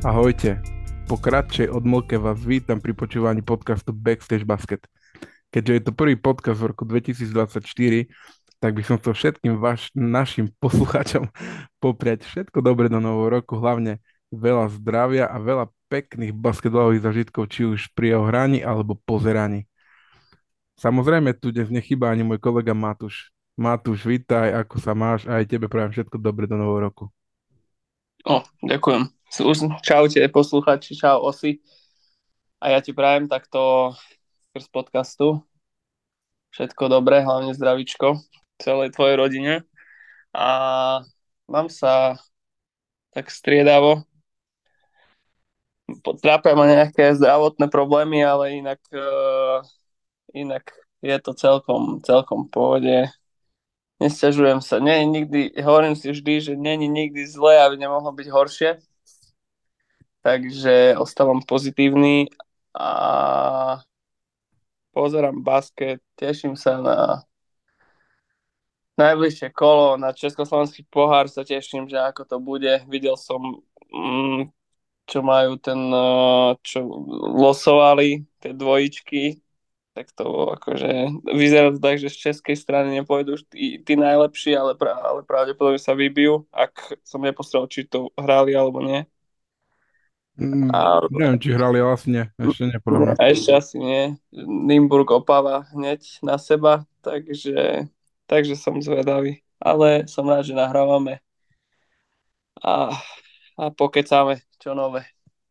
Ahojte. Po kratšej odmlke vás vítam pri počúvaní podcastu Backstage Basket. Keďže je to prvý podcast v roku 2024, tak by som chcel všetkým našim poslucháčom popriať všetko dobré do nového roku, hlavne veľa zdravia a veľa pekných basketbalových zažitkov, či už pri jeho hraní alebo pozeraní. Samozrejme, tu dnes nechýba ani môj kolega Matúš. Matúš, vítaj, ako sa máš a aj tebe prajem všetko dobré do nového roku. Ďakujem. Čaute posluchači, čau Osi. A ja ti prajem takto skrz podcastu všetko dobré, hlavne zdravíčko celej tvojej rodine. A mám sa tak striedavo. Trápia ma nejaké zdravotné problémy, ale inak je to celkom v pohode. Nesťažujem sa. Nie, nikdy, hovorím si vždy, že není nikdy zle, aby nemohlo byť horšie. Takže ostávam pozitívny a pozerám basket, teším sa na najbližšie kolo, na Československý pohár sa teším, že ako to bude. Videl som, čo majú čo losovali, tie dvojičky, tak to akože vyzerá to tak, že z českej strany nepôjdu už tí najlepší, ale pravdepodobne sa vybijú, ak som nepostrel, či to hrali alebo nie. A Neviem, či hrali, ale asi nie. Ešte nie, podľa mňa. ešte asi nie. Nimburg opáva hneď na seba, takže som zvedavý. Ale som rád, že nahrávame a, a pokecáme, čo nové.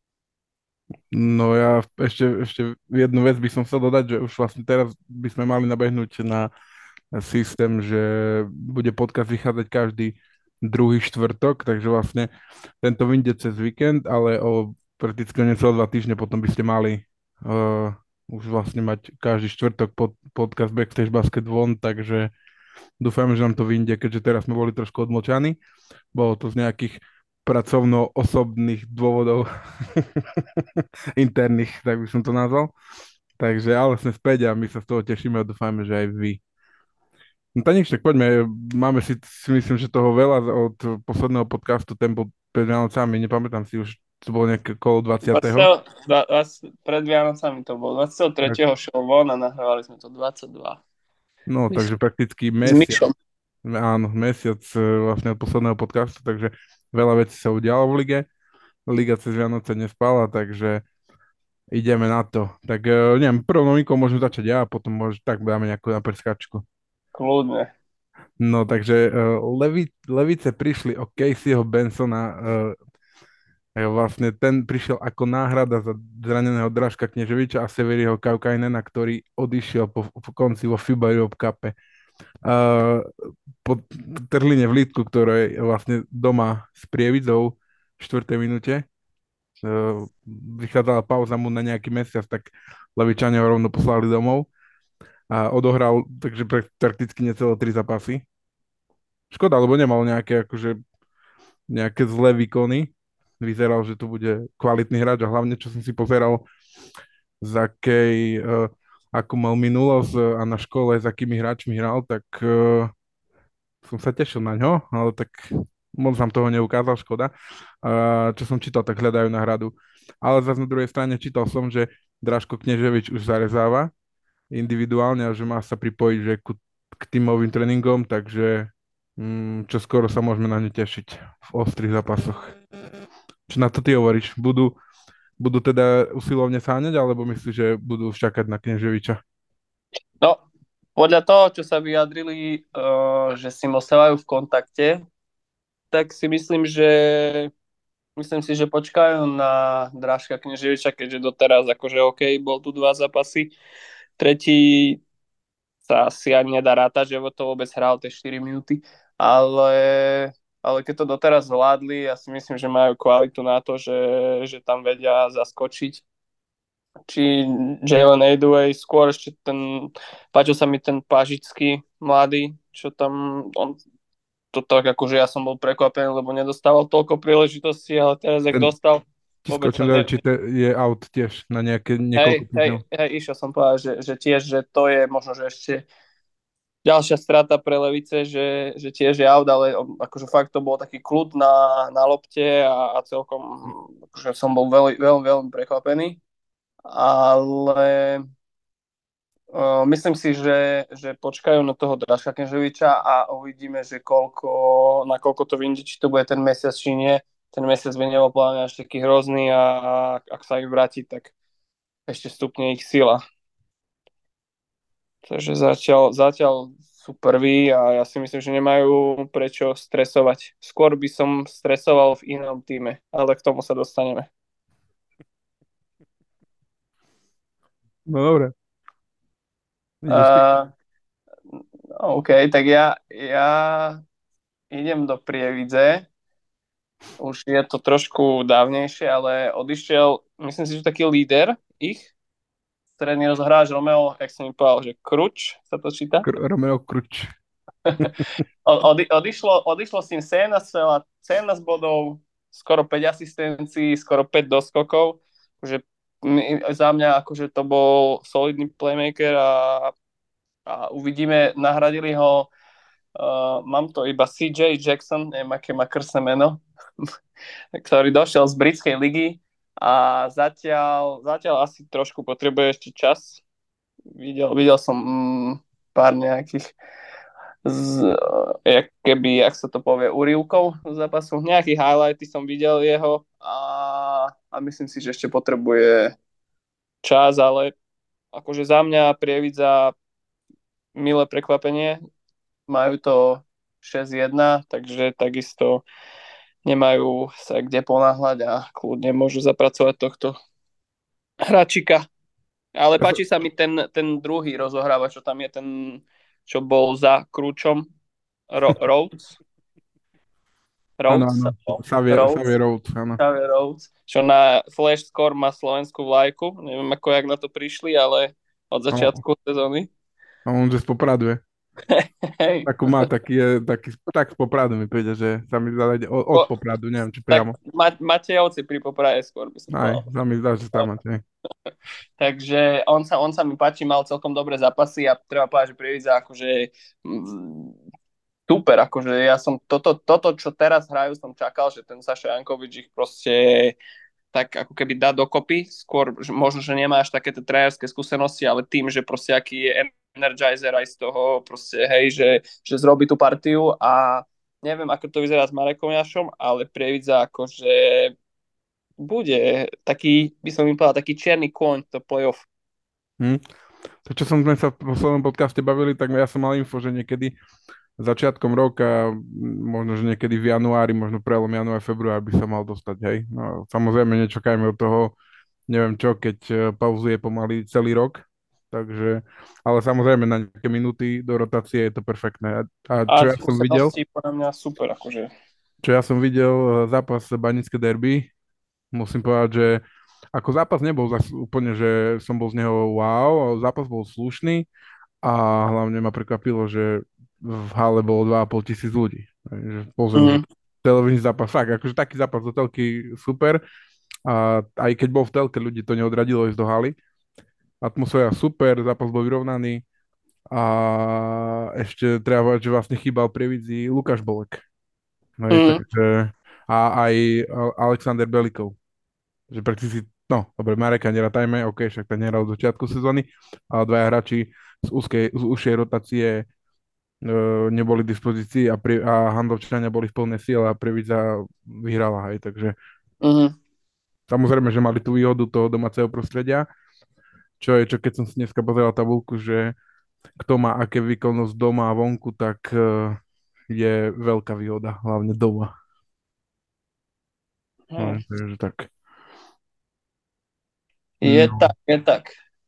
No ja ešte jednu vec by som chcel dodať, že už vlastne teraz by sme mali nabehnúť na systém, že bude podcast vychádzať každý druhý štvrtok, takže vlastne tento vyjde cez víkend, ale o prakticky necelé 2 týždne potom by ste mali už vlastne mať každý štvrtok podcast Backstage Basket von, takže dúfam, že nám to vyjde, keďže teraz sme boli trošku odmlčaní. Bolo to z nejakých pracovno-osobných dôvodov interných, tak by som to nazval. Takže ale sme späť a my sa z toho tešíme a dúfame, že aj vy. No tak nič, tak poďme. Máme si myslím, že toho veľa od posledného podcastu, ten bol pred Vianocami, nepamätám si už, to bolo nejaké kolo 20. 20, pred Vianocami to bolo 23. šel von a nahrávali sme to 22. No, takže prakticky S mesiac. Myšom. Áno, mesiac vlastne od posledného podcastu, takže veľa vecí sa udialo v lige. Liga cez Vianoce nespala, takže ideme na to. Tak neviem, prvou novinkou môžem začať ja a potom tak dáme nejakú na prskačku. Kľudne. No, takže Levice prišli o Caseyho Bensona. Vlastne ten prišiel ako náhrada za zraneného Dražka Kneževiča a Severiho Kaukainena, ktorý odišiel po konci vo FIBA Europe Cupe. Po trhline v Lítku, ktoré je vlastne doma s Prievizou v 4. minúte. Vychádzala pauza mu na nejaký mesiac, tak Levičania ho rovno poslali domov a odohral takže prakticky necelé 3 zápasy. Škoda, lebo nemal nejaké zlé výkony. Vyzeral, že to bude kvalitný hráč a hlavne, čo som si pozeral, z akej, ako mal minulosť a na škole, s akými hráčmi hral, tak som sa tešil na ňo, ale tak moc nám toho neukázal, škoda. Čo som čítal, tak hľadajú náhradu. Ale zase na druhej strane čítal som, že Dražko Kneževič už zarezáva individuálne a že má sa pripojiť že k tímovým tréningom, takže čo skoro sa môžeme na ňu tešiť v ostrých zápasoch. Čo na to ty hovoríš? Budú teda usilovne sáňať, alebo myslíš, že budú čakať na Kneževiča? No, podľa toho, čo sa vyjadrili, že si ostávajú v kontakte, tak si myslím si, že počkajú na Dražka Kneževiča, keďže doteraz akože OK, bol tu 2 zápasy. Tretí sa asi ani nedá rátať, že to vôbec hral tie 4 minúty, ale keď to doteraz zvládli, ja si myslím, že majú kvalitu na to, že tam vedia zaskočiť. Či Jalen Adway, skôr ešte páčil sa mi ten Pažický mladý, čo tam, on to tak akože ja som bol prekvapený, lebo nedostával toľko príležitostí, ale teraz, ak Ten dostal, ti vôbec skočím sa dole, či je out tiež na niekoľko týždňov. išiel som povedať, že tiež, že to je možno, že ešte ďalšia strata pre Levice, že tiež je out, ale akože fakt to bol taký kľud na lopte a celkom akože som bol veľmi, veľmi, veľmi prekvapený. Ale myslím si, že počkajú na toho Draška Kneževiča a uvidíme, že nakoľko to vyjde, či to bude ten mesiac, či nie. Ten mesiac by nebol podľa mňa až taký hrozný a ak sa im vráti, tak ešte stupne ich sila. Takže zatiaľ sú prví a ja si myslím, že nemajú prečo stresovať. Skôr by som stresoval v inom týme, ale k tomu sa dostaneme. No dobre, ideš ty. Uh, OK, tak ja idem do Prievidze. Už je to trošku dávnejšie, ale odišiel, myslím si, že taký líder ich, stredný rozohráč Romeo, jak som mi povedal, že Kruč sa to číta. Romeo Kruč. Odišlo s ním 17 bodov, skoro 5 asistencií, skoro 5 doskokov. Že za mňa akože to bol solidný playmaker a uvidíme, nahradili ho, mám to iba CJ Jackson, neviem, aké má krstné meno, ktorý došiel z britskej ligy a zatiaľ asi trošku potrebuje ešte čas. Videl som pár nejakých jak sa to povie, úryvkov z zápasu. Nejaký highlighty som videl jeho a myslím si, že ešte potrebuje čas, ale akože za mňa Prievidza milé prekvapenie. Majú to 6-1, takže takisto nemajú sa kde ponáhľať a kľudne môžu zapracovať tohto hráčika. Ale páči sa mi ten druhý rozohrávač, čo tam je ten, čo bol za Kručom, Rhodes. Áno, Rhodes, áno. Rhodes, Xavier Rhodes, áno. Xavier Rhodes, čo na Flash Score má slovenskú vlajku. Neviem, ako jak na to prišli, ale od No, začiatku sezóny. a on že z Popradu je. Hej. Takú má, tak z Popradu mi príde, že sa mi zdá od Popradu, neviem, či Tak priamo. Matejovci pri Poprade skôr by som Aj, povedal. sa mi zdá, že tam máte. Takže on sa mi páči, mal celkom dobré zápasy a treba povedať, že Prievidza akože super, akože ja som toto, čo teraz hrajú, som čakal, že ten Saša Jankovič ich proste tak ako keby dá dokopy, skôr možno, že nemá až takéto trénerské skúsenosti, ale tým, že proste aký je energizer aj z toho, proste hej, že zrobí tú partiu a neviem, ako to vyzerá s Marekom Jašom, ale Prievidza akože bude taký, by som im povedal, taký čierny kôň to playoff. Hm? To, čo sme sa v poslednom podcaste bavili, tak ja som mal info, že niekedy začiatkom roka, možno, že niekedy v januári, možno prelom január, február by sa mal dostať, hej. No, samozrejme, nečakajme od toho, neviem čo, keď pauzuje pomaly celý rok, takže, ale samozrejme na nejaké minúty do rotácie je to perfektné. A A skúsenosti podľa mňa super, akože. čo ja som videl zápas Banické derby, musím povedať, že ako zápas nebol úplne, že som bol z neho wow, ale zápas bol slušný a hlavne ma prekvapilo, že v hale bolo 2,5 tisíc ľudí. Takže pozriem, že Mm-hmm. televízny zápas, fakt, akože taký zápas do telky super. A aj keď bol v telke, ľudí to neodradilo ísť do haly. Atmosféra super, zápas bol vyrovnaný a ešte treba povedať, že vlastne chýbal pri vidzi Lukáš Bolek. Hej, Mm-hmm. takže, a aj Alexander Belikov. Že prakticky, no, dobre, Mareka neratajme, OK, však ten nehral od začiatku sezóny, ale dvaja hráči z užšej rotácie neboli v dispozícii a Handovčania boli v plnej síle a Prievidza vyhrala, hej, takže Mm-hmm. samozrejme, že mali tú výhodu toho domáceho prostredia, čo keď som si dneska pozeral tabulku, že kto má aké výkonnosť doma a vonku, tak je veľká výhoda, hlavne doma. No, Hej. takže tak. Je No, tak, je tak.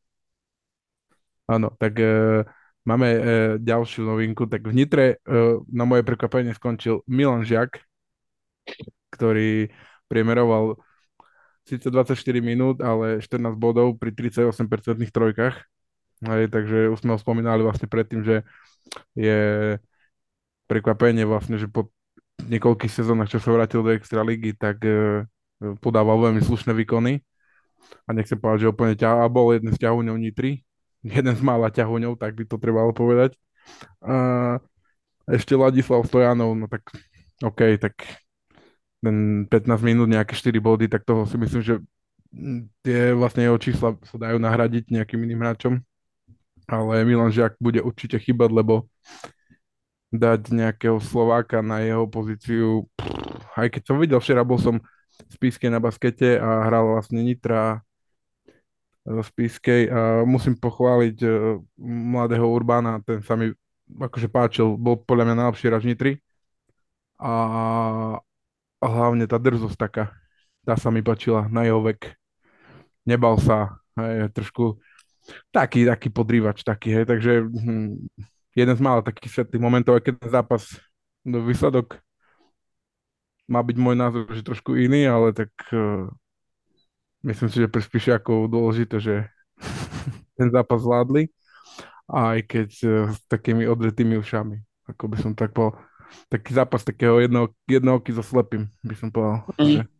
áno, tak máme ďalšiu novinku. Tak v Nitre na moje prekvapenie skončil Milan Žiak, ktorý priemeroval síce 24 minút, ale 14 bodov pri 38% trojkách. Hej, takže už sme ho spomínali vlastne predtým, že je prekvapenie vlastne, že po niekoľkých sezónach, čo sa vrátil do Extraligy, tak podával veľmi slušné výkony. A nechcem povedať, že úplne a bol jeden z ťahuňov Nitry, jeden z mála ťahuňov, tak by to trebalo povedať. A ešte Ladislav Stojanov, no tak OK, tak ten 15 minút, nejaké 4 body, tak toho si myslím, že tie vlastne jeho čísla sa dajú nahradiť nejakým iným hráčom, ale Milan Žiak bude určite chýbať, lebo dať nejakého Slováka na jeho pozíciu, aj keď som videl včera, bol som v Spišskej na baskete a hral vlastne Nitra v Spišskej a musím pochváliť mladého Urbána, ten sa mi akože páčil, bol podľa mňa najlepší hráč Nitry a a hlavne tá drzosť taká, tá sa mi páčila na jeho vek. Nebal sa, hej, trošku taký podrývač, taký, hej, takže jeden z mála takých svetlých momentov, aj keď ten zápas, no, výsledok má byť môj názor, že trošku iný, ale tak myslím si, že pre Spišiakov dôležité, že ten zápas zvládli, aj keď s takými odretými ušami, ako by som tak povedal. Taký zápas takého jednooky so slepým, by som povedal, že Mm.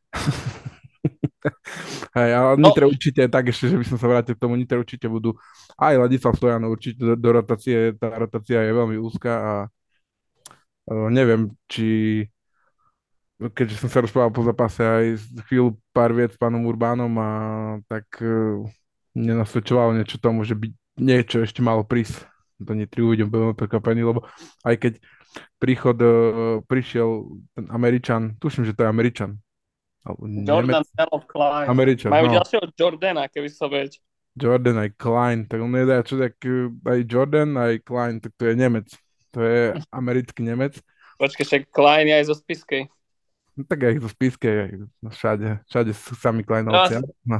hej, ale No, Nitre určite, tak ešte, že by som sa vrátil k tomu, Nitre určite budú, aj Ladislav Stojanov určite do rotácie, tá rotácia je veľmi úzka a neviem, či, keďže som sa rozprával po zápase aj chvíľu pár viet s pánom Urbánom a tak nenasvedčovalo niečo tomu, že by niečo ešte malo prísť do Nitry, uvidím, budem prekvapený, lebo aj keď prišiel ten Američan, tuším, že to je Američan, alebo Nemec, Jordan Bell Klein. Američan, Majú no. ďalšieho Jordana, keby sa vedieť. Jordan aj Klein, tak on je čo tak aj Jordan aj Klein, tak to je Nemec. To je americký Nemec. Počkej, však Klein je aj zo Spiskej. No, tak aj zo Spiske, aj no, všade sú sami No, Kleinovci. No.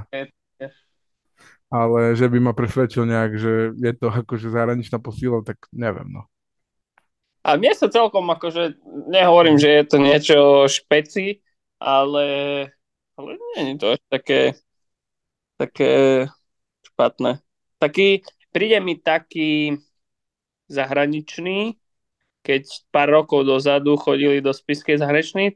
Ale že by ma presvedčil nejak, že je to akože zahraničná posíla, tak neviem, no. a mne sa celkom akože, nehovorím, že je to niečo špeci, ale, ale nie je to až také špatné. Príde mi taký zahraničný, keď pár rokov dozadu chodili do spiskej zahraničný,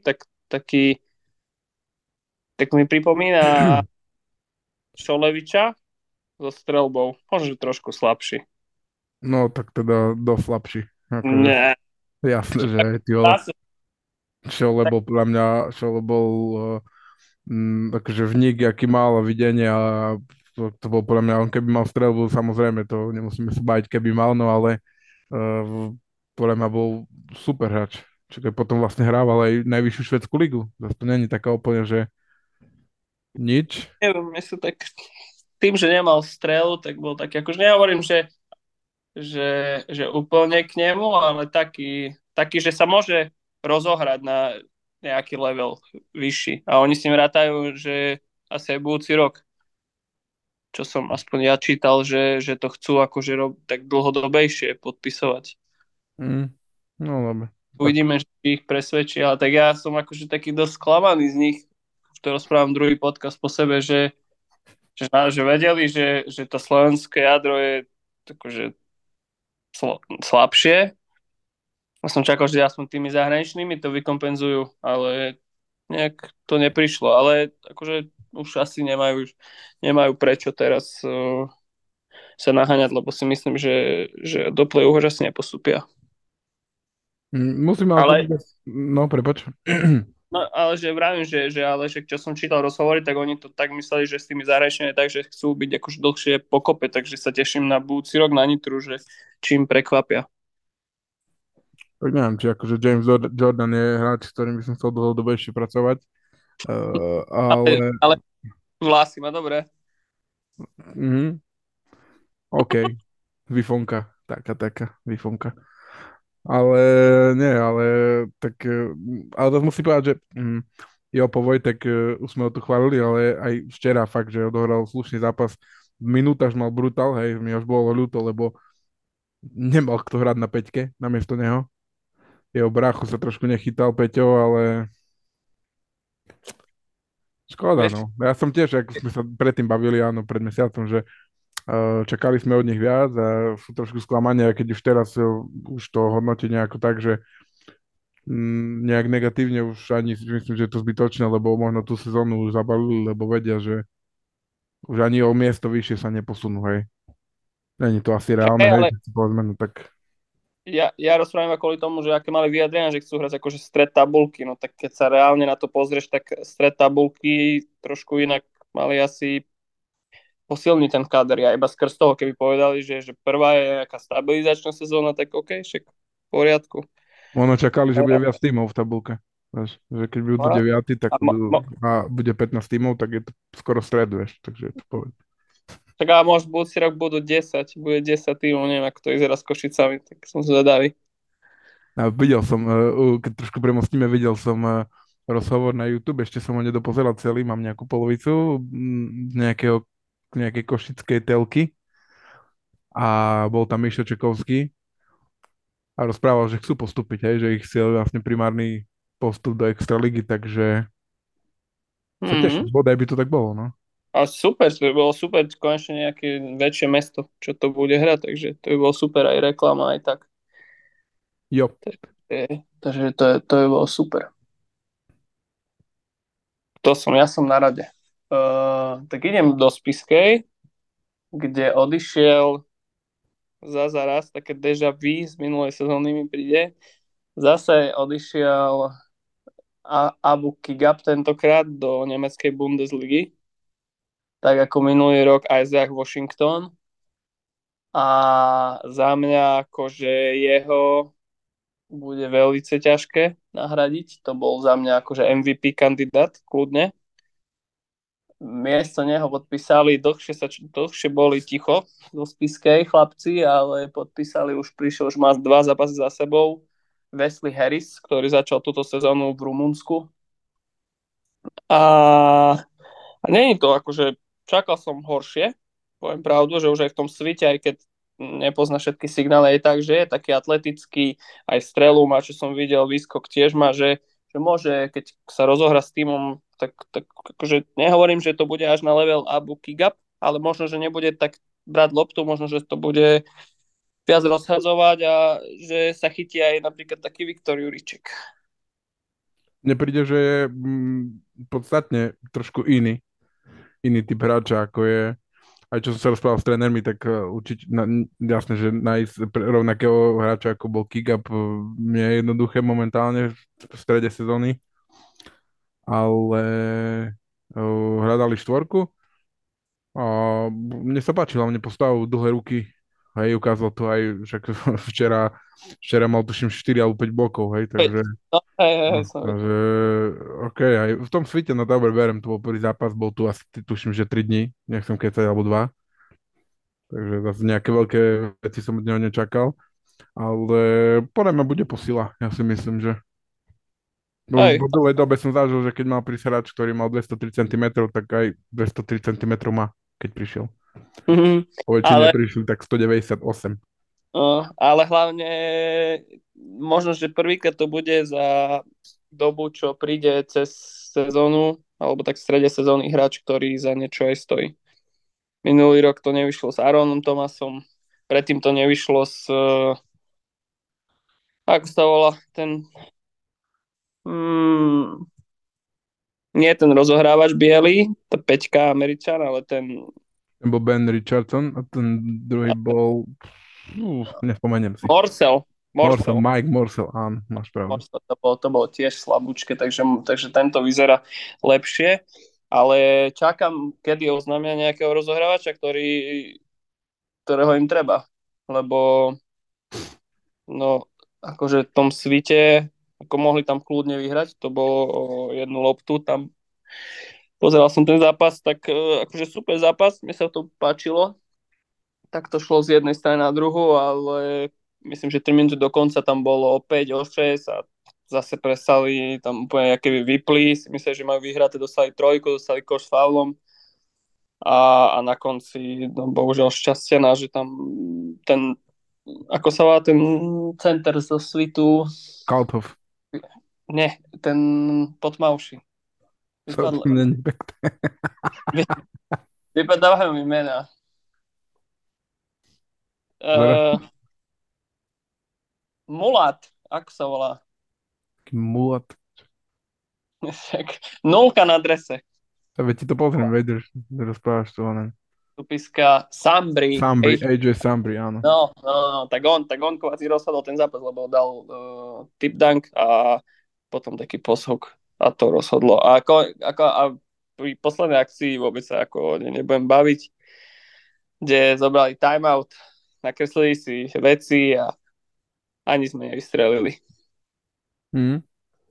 tak mi pripomína Šoleviča so strelbou. Možno trošku slabší. No, tak teda dosť slabší. Akože, Ne, jasné, že aj ty zase, Šole bol podľa mňa, Šole bol akože vnik, aký mal a videnie a to bol podľa mňa, on keby mal strelbu, samozrejme, to nemusíme sa báť, keby mal, no ale podľa mňa bol super hráč. Čiže potom vlastne hrával aj najvyššiu švedskú ligu. Zase to není taká úplne, že nič. neviem, myslím tak tým, že nemal strelu, tak bol taký, akože nehovorím, že úplne k nemu, ale že sa môže rozohrať na nejaký level vyšší. A oni s ním rátajú, že asi aj budúci rok, čo som aspoň ja čítal, že to chcú akože tak dlhodobejšie podpisovať. Mm. No dobre. Tak. Uvidíme, že ich presvedčí, ale tak ja som akože taký dosť sklamaný z nich. Už to rozprávam druhý podcast po sebe, že vedeli, že to slovenské jadro je akože slabšie. Ja som čakal, že aspoň tými zahraničnými to vykompenzujú, ale nejak to neprišlo. Ale akože už asi nemajú prečo teraz sa naháňať, lebo si myslím, že do play už asi nepostupia. Musím ale Ale, povedať, no prepač. no, ale že vravím, že čo som čítal rozhovory, tak oni to tak mysleli, že s tými zahraničnými tak, že chcú byť akože dlhšie pokope, takže sa teším na budúci rok na Nitru, že čím prekvapia. Tak neviem, či akože James Jordan je hráč, s ktorým by som chcel dlhodobejšie pracovať. Ale Ale vlasy má dobré. mhm, OK, Vifonka, taká, Vifonka. Ale nie, ale tak, ale to musím povedať, že Jopo Vojtek, už sme ho tu chválili, ale aj včera fakt, že odohral slušný zápas. Minútaž mal brutál, hej, mi až bolo ľúto, lebo nemal kto hrať na peťke namiesto neho. Jeho bráchu sa trošku nechytal Peťo, ale škoda, Vieš, no. Ja som tiež, ako sme sa predtým bavili, áno, pred mesiacom, že čakali sme od nich viac a sú trošku sklamania, keď už teraz už to hodnotí nejako tak, že nejak negatívne už ani si myslím, že je to zbytočné, lebo možno tú sezónu už zabalili, lebo vedia, že už ani o miesto vyššie sa neposunú, hej. Není to asi reálne, hej, ale keď si povedzme, no tak. ja rozprávam iba kvôli tomu, že aké mali vyjadrenia, že chcú hrať akože stred tabulky, no tak keď sa reálne na to pozrieš, tak stred tabulky trošku inak mali asi posilniť ten káder. Ja iba skrz toho, keby povedali, že prvá je nejaká stabilizačná sezóna, tak OK, však v poriadku. Ono čakali, že bude viac tímov v tabulke. Vieš, že keď budú A, 9, tak a a bude 15 tímov, tak je to skoro stred, vieš, takže je to povedť. tak a možno budúci rok budú 10, bude 10 tímov, neviem, ako to vyzerá s Košicami, tak som zvedavý. A videl som, keď trošku premostíme, videl som rozhovor na YouTube, ešte som ho nedopozeral celý, mám nejakú polovicu nejakej košickej telky a bol tam Mišo Čekovský a rozprával, že chcú postúpiť, hej, že ich cieľ je vlastne primárny postup do Extraligy, takže sa Mm-hmm. teším, bodaj by to tak bolo, no. A super, to by bolo super, konečne nejaké väčšie mesto, čo to bude hrať, takže to by bolo super aj reklama, aj tak. Jo. Takže to by bolo super. Ja som na rade. Tak idem do Spiskej, kde odišiel raz, také déjà vu z minulej sezóny mi príde. Zase odišiel Abu Kigab tentokrát do nemeckej Bundesligy, tak ako minulý rok Isaac Washington. A za mňa akože jeho bude veľmi ťažké nahradiť. To bol za mňa akože MVP kandidát, kľudne. Miesto neho podpísali, dlhšie boli ticho do Spiskej chlapci, ale podpísali, prišiel, už má 2 zápasy za sebou. Wesley Harris, ktorý začal túto sezónu v Rumunsku. A nie je to akože, čakal som horšie, poviem pravdu, že už aj v tom svite, aj keď nepozná všetky signály, je tak, že je taký atletický, aj strelu má, čo som videl, výskok tiež má, že môže, keď sa rozohra s týmom, tak akože nehovorím, že to bude až na level Abu Kigab, ale možno, že nebude tak brať loptu, možno, že to bude viac rozhadzovať a že sa chytí aj napríklad taký Viktor Juriček. Mne príde, že je podstatne trošku iný typ hráča, ako je, aj čo som sa rozprával s trénermi, tak určite, jasné, že nájsť rovnakého hráča, ako bol Kigap, nie je jednoduché momentálne v strede sezóny, ale hľadali štvorku a mne sa páčilo, mne postavil dlhé ruky, hej, ukázal to aj, však včera mal tuším 4 alebo 5 blokov, hej, takže No, no, som videl. takže OK, aj v tom svite, no dobre, berem, to bol prvý zápas, bol tu asi, tuším, že 3 dní, nechcem kecať, alebo 2, takže zase nejaké veľké veci som od neho nečakal, ale podľa mňa bude posila, ja si myslím, že už Hej. v dlhej dobe som zažil, že keď mal prísť hráč, ktorý mal 203 cm, tak aj 203 cm má, keď prišiel. Mhm. Po väčšine Ale prišli tak 198. Ale hlavne možno, že prvýkrát to bude za dobu, čo príde cez sezónu, alebo tak v strede sezóny hráč, ktorý za niečo aj stojí. Minulý rok to nevyšlo s Aaronom Thomasom, predtým to nevyšlo s, ako sa volá, mm, nie ten rozohrávač biely, tá peťka Američan, ale ten Ten bol Ben Richardson a ten druhý bol, nespomeniem si. Morsel. Morsel, Morsel. Mike Morsel, áno, máš pravdu. To bolo tiež slabúčke, takže tento vyzerá lepšie. Ale čakám, kedy oznámia nejakého rozohrávača, ktorého im treba. Lebo no, akože v tom svite, ako mohli tam kľudne vyhrať, to bolo o jednu loptu, tam pozeral som ten zápas, tak akože super zápas, mne sa to páčilo, tak to šlo z jednej strany na druhú, ale myslím, že 3 minúty do konca tam bolo o 5, o 6 a zase presali, tam úplne keby vypli, si myslím, že majú vyhraté, dostali trojku, dostali koš s faulom a na konci, no bohužiaľ šťastia, že tam ten, ako sa volá ten center zo svitu, Kaltov. ne, ten Potmauši. To Vypadlo. není pekné. Vypadávajú mi mená. Zara, Uh, Mulat, ako sa volá? taký mulat. Nulka na drese. A veď ti to pozriem, vedeš, rozprávaš to, ne? Tupiska Sambri. Sambri, AJ Sambri, áno. No, tak on kvázi rozhodol ten zápas, lebo dal tip dunk a potom taký poskok a to rozhodlo. A pri poslednej akcii vôbec sa ako nebudem baviť, kde zobrali timeout, nakreslili si veci a ani sme nevystrelili. Mm.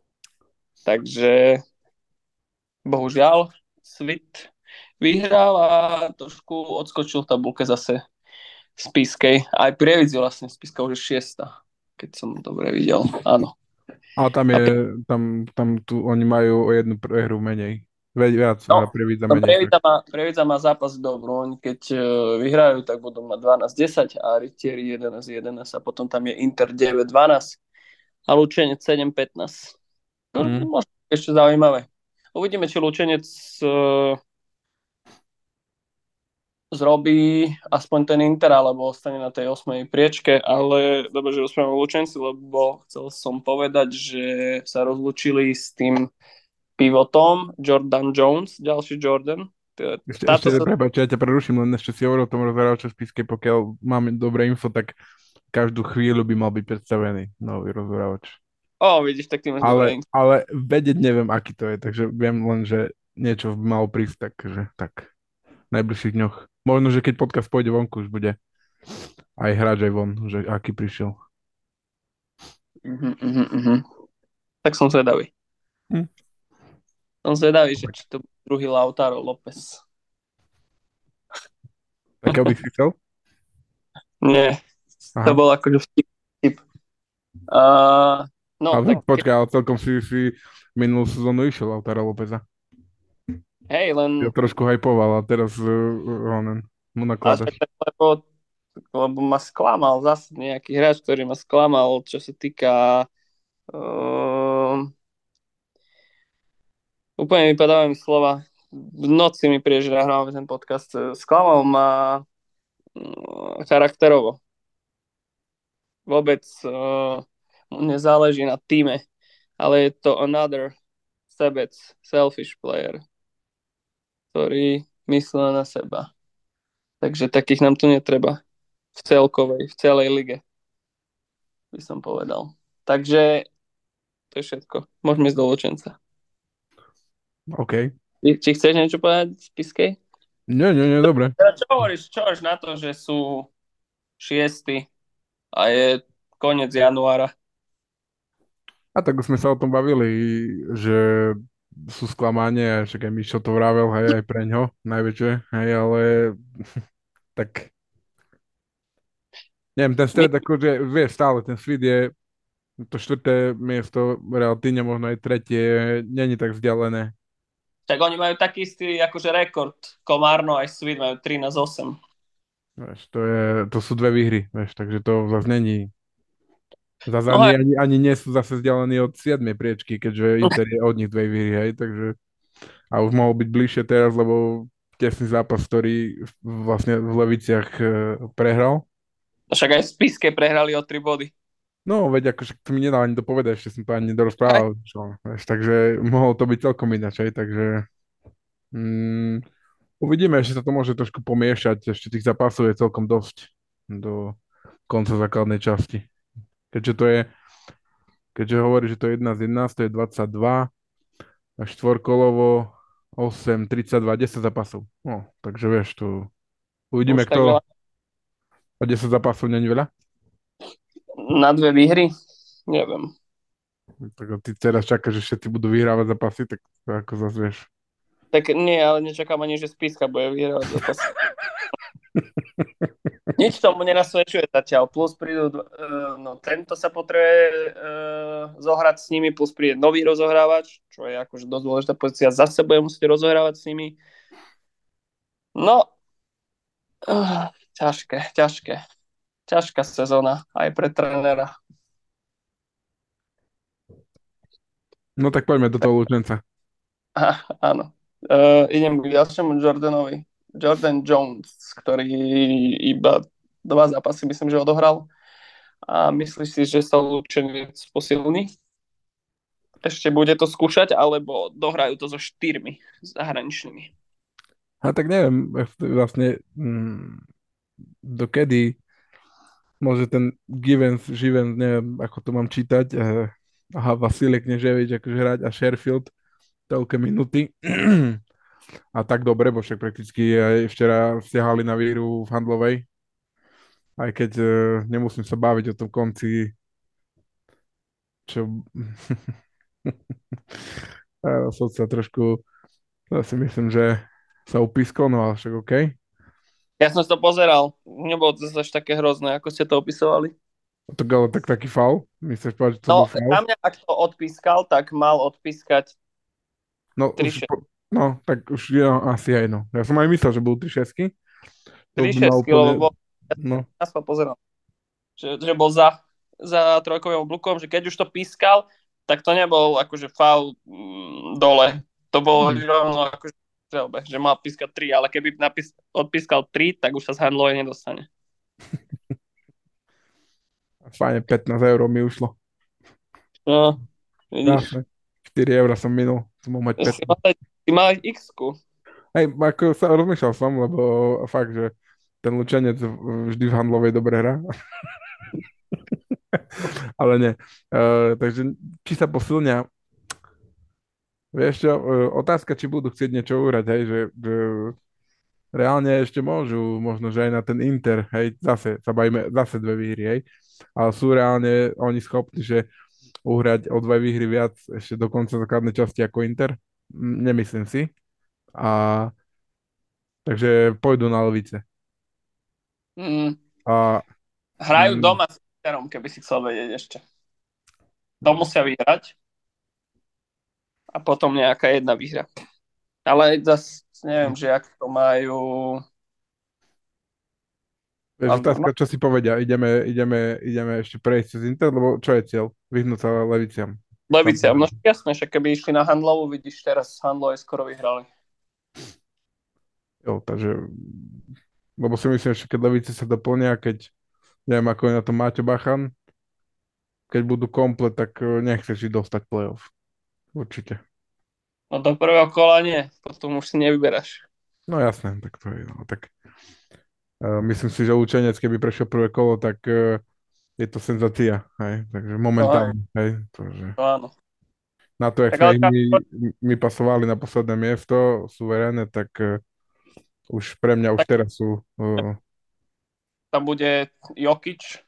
Takže bohužiaľ Svit vyhral a trošku odskočil v tabulke zase z Piskej. Aj pri revízii vlastne Spiska už je 6, keď som dobre videl. Áno. Ale tam je, tam tu oni majú o jednu prehru menej. Viac, No, ale Prievidza menej. Prievidza má zápas dobrú. Oni keď vyhrajú, tak budú mať 12-10 a Rytieri 11-11 a potom tam je Inter 9-12 a Lučenec 7-15. Možno ešte zaujímavé. Uvidíme, či Lučenec zrobí aspoň ten Inter, alebo ostane na tej 8. priečke, ale dobre, že rozprávame o Lučenci, lebo chcel som povedať, že sa rozlúčili s tým pivotom Jordan Jones, ďalší Jordan. Prepáč, ja ťa preruším, len ešte si hovoril o tom rozhrávaču Spiskej, pokiaľ mám dobré info, tak každú chvíľu by mal byť predstavený nový rozhrávač. Vidíš, tak ty máš dobré info. Ale vedieť neviem, aký to je, takže viem len, že niečo by malo prísť, takže tak v najbližších dňoch. Možno, že keď podcast pôjde vonku, už bude aj hráč aj von, že aký prišiel. Tak som zvedavý. Som zvedavý, že či to druhý Lautaro López. Takého by si chcel? Nie, to bol akože vtip. No, ale tak... Počkaj, ale celkom si minulú sezónu išiel Lautaro Lópeza. Hej, len... Ja trošku hypoval a teraz mu nakladaš. Lebo ma sklamal zase nejaký hráč, ktorý ma sklamal, čo sa týka úplne vypadávajú mi slova. V noci mi príde, že nahrávame ten podcast. Sklamal ma charakterovo. Vôbec mu nezáleží na týme, ale je to another sebec, selfish player, ktorý myslí na seba. Takže takých nám tu netreba v celej lige, by som povedal. Takže to je všetko. Môžeme ísť do Lučenca. OK. Či chceš niečo povedať z Piskej? Nie, dobre. Čo hovoríš na to, že sú 6. a je koniec januára? A tak už sme sa o tom bavili, že sú sklamanie, však aj Mišo to vravel, hej, aj preňho, najväčšie, hej, ale tak neviem, ten stred, akože vieš, stále ten Svit je to 4. miesto, relatívne možno aj 3. není tak vzdialené. Tak oni majú taký istý akože rekord. Komárno aj Svit majú 13-8. Vieš, to sú 2 výhry, vieš, takže to zase není. Zase No ani nie sú zase vzdialení od 7. priečky, keďže Inter je od nich 2 výhry, hej, takže a už mohol byť bližšie teraz, lebo tesný zápas, ktorý vlastne v Leviciach prehral. však aj v Spiske prehrali o 3 body. No, veď akože to mi nedal ani dopovedať, ešte som to ani nedorozprával, vieš, takže mohlo to byť celkom ináč, hej, takže uvidíme, ešte sa to môže trošku pomiešať, ešte tých zápasov je celkom dosť do konca základnej časti. Keďže hovorí, že to je 11, to je 22 a štvorkolovo 8, 32, 10 zápasov. No, takže vieš, tu uvidíme, kto... A 10 zápasov není veľa? Na 2 výhry? Neviem. Tak ty teraz čakáš, že všetci budú vyhrávať zápasy, tak to ako zase vieš. Tak nie, ale nečakám ani, že Spiska bude vyhrávať zápasy. Nič tomu nenasvedčuje zatiaľ. Plus prídu, tento sa potrebuje zohrať s nimi, plus príde nový rozohrávač, čo je akože dosť dôležitá pozícia. Zase bude musieť rozohrávať s nimi. No, ťažké. Ťažká sezóna aj pre trénera. No tak poďme do toho Lučenca. Áno. Idem k ďalšiemu Jordanovi. Jordan Jones, ktorý iba 2 zápasy myslím, že odohral. A myslíš si, že sa Lučenec posilní? Ešte bude to skúšať, alebo dohrajú to so 4 zahraničnými? A tak neviem, vlastne dokedy môže ten Givens, Živens, neviem, ako to mám čítať, aha, Vasilek Kneževič akože hrať a Sherfield toľké minúty. A tak dobre, bo však prakticky aj včera stiahali na víru v handlovej, aj keď nemusím sa baviť o tom konci, čo som sa trošku, ja si myslím, že sa upískol, no ale však OK. Ja som si to pozeral, nebolo to zase až také hrozné, ako ste to opisovali. Tak ale tak taký faul, myslíš povedať, že to bol No, faul? za mňa, ak to odpískal, tak mal odpískať No už, 3-6, no tak už je asi aj no. Ja som aj myslel, že budú 3-6, to by ma 3-6 úplne, lebo no, ja som pozeral, že bol za trojkovým oblúkom, že keď už to pískal, tak to nebol akože faul dole. To bolo hm, rovno akože v strelbe, že mal pískať 3, ale keby odpískal 3, tak už sa z handlovej nedostane. fajne, 15 eur mi ušlo. No, vidíš. Krásne. 4 eur som minul, som mohol mať Si 15. mal, si mal aj X-ku. Hej, ako sa rozmýšľal som, lebo fakt, že ten Lučanec vždy v handlovej dobre hrá, ale nie. Takže či sa posilňa, vieš čo, otázka, či budú chcieť niečo uhrať, hej, že reálne ešte môžu, možno, že aj na ten Inter, hej, zase sa bavíme, zase dve výhry, hej, ale sú reálne oni schopní, že uhrať o dve výhry viac ešte do konca základnej časti ako Inter? Nemyslím si. A takže pôjdu na Levice. Mm, A hrajú mm, doma s Interom, keby si chcel vedieť ešte. To musia vyhrať a potom nejaká jedna výhra. Ale zase neviem, že ak to majú. vieš, otázka, čo si povedia, ideme ešte prejsť cez Inter, lebo čo je cieľ? Vyhnúť sa Leviciam. Levice, no Samozrejme. jasné, však keby išli na handlovú, vidíš, teraz handlové skoro vyhrali. Jo, takže, lebo si myslím, že keď Levice sa doplnia, keď neviem, ako je na tom Máťo Bachan, keď budú komplet, tak nechceš ich dostať playoff. Určite. No do prvého kola nie, potom už si nevyberáš. No jasné, tak to je. No, tak myslím si, že Lučenec, keby prešiel prvé kolo, tak je to senzácia. Hej? Takže No aj, momentálne. Hej? To, že no áno. na to, jak Tak sme ale my pasovali na posledné miesto suverénne, tak už pre mňa už tak teraz sú tam bude Jokič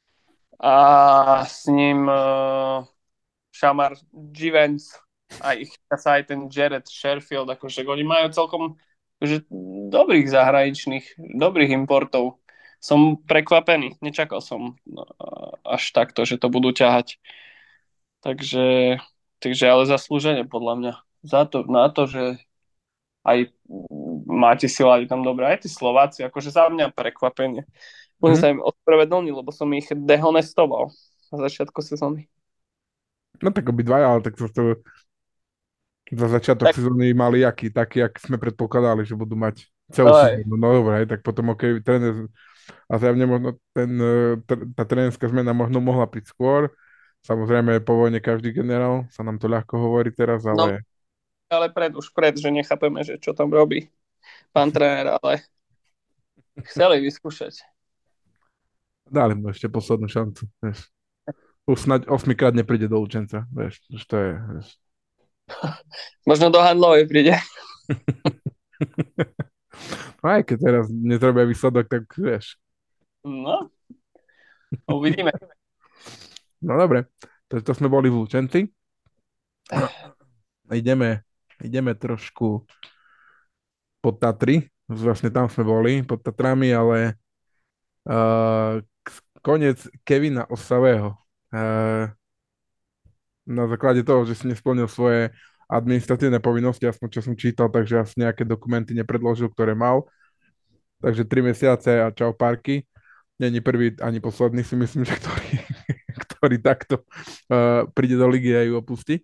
a s ním Shamar Givens a ich sa aj ten Jared Sherfield, akože oni majú celkom akože, dobrých zahraničných, dobrých importov. Som prekvapený, nečakal som až takto, že to budú ťahať. Takže, takže ale zaslúžene podľa mňa. Za to, na to, že aj máte si ladi tam dobré, aj tí Slováci, akože za mňa prekvapenie. Môžem hm? sa im ospravedlniť, lebo som ich dehonestoval na začiatku sezóny. No tak obidvaja, ale tak to za začiatok Tak sezóny mali aký, taký, ak sme predpokladali, že budú mať to celú aj. sezónu. No dobre, tak potom OK, tréner, a zjavne možno tá trénerská zmena možno mohla prísť skôr. Samozrejme, po vojne každý generál, sa nám to ľahko hovorí teraz, No, ale ale už pred, že nechápeme, že čo tam robí pán tréner, ale chceli vyskúšať. dali mu ešte poslednú šancu. Vieš. Už snáď 8-krát nepríde do učenca, vieš, že to je, vieš. Možno do Handlovej príde. No aj keď teraz nezrobia výsledok, tak vieš. No, uvidíme. No dobre, to sme boli v Lučenci. Ideme trošku pod Tatry, vlastne tam sme boli, pod Tatrami, ale uh, koniec Kevina Osavého. Uh, na základe toho, že si nesplnil svoje administratívne povinnosti, aspoň čo som čítal, takže asi nejaké dokumenty nepredložil, ktoré mal. Takže 3 mesiace a čau parky. Není prvý ani posledný, si myslím, že ktorý takto príde do ligy a ju opustí.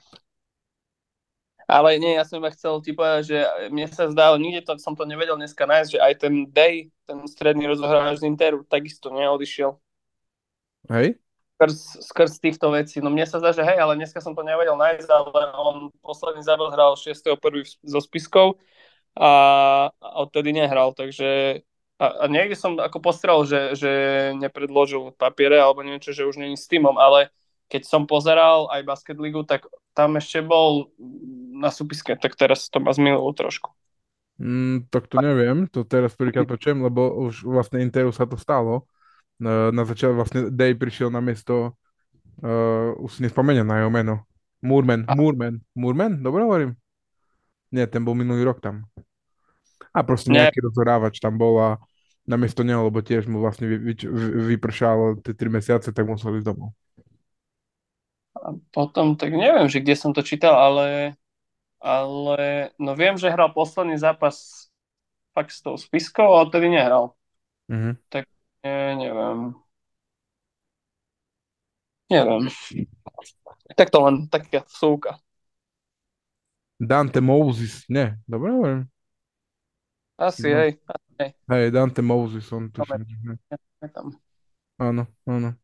Ale nie, ja som iba chcel ti povedať, že mne sa zdá, nikde to som to nevedel dneska nájsť, že aj ten Day, ten stredný rozohráč z Interu, takisto neodišiel. Hej? Skrz týchto vecí. No mne sa zdá, že hej, ale dneska som to nevedel nájsť, ale on posledný zápas hral 6.1. so Spiskou a, a odtedy nehral, takže a niekde som ako postrel, že nepredložil papiere alebo niečo, že už není s týmom, ale keď som pozeral aj Basket Ligu, tak tam ešte bol na súpiske, tak teraz to ma zmilulo trošku. Tak to neviem, to teraz prvýkrát počujem, lebo už vlastne Interu sa to stalo. Na začiatku vlastne Day prišiel na miesto, už si nespomeniem na jeho meno. Moorman, dobre hovorím? Nie, ten bol minulý rok tam. A proste Nie, nejaký rozhorávač tam bol a namiesto neho, lebo tiež mu vlastne vypršalo tie 3 mesiace, tak musel ísť domov. a potom, tak neviem, že kde som to čítal, ale no viem, že hral posledný zápas fakt s tou spiskou a odtedy nehral. Mhm. Tak neviem. Neviem. Tak to len taká vsúka. Dante Moses, nie, dobre hovorím. Asi, No. hej. Asi, hej. Hej, Dante Moses, on Dobre, tuším. Že- tam. Áno, áno.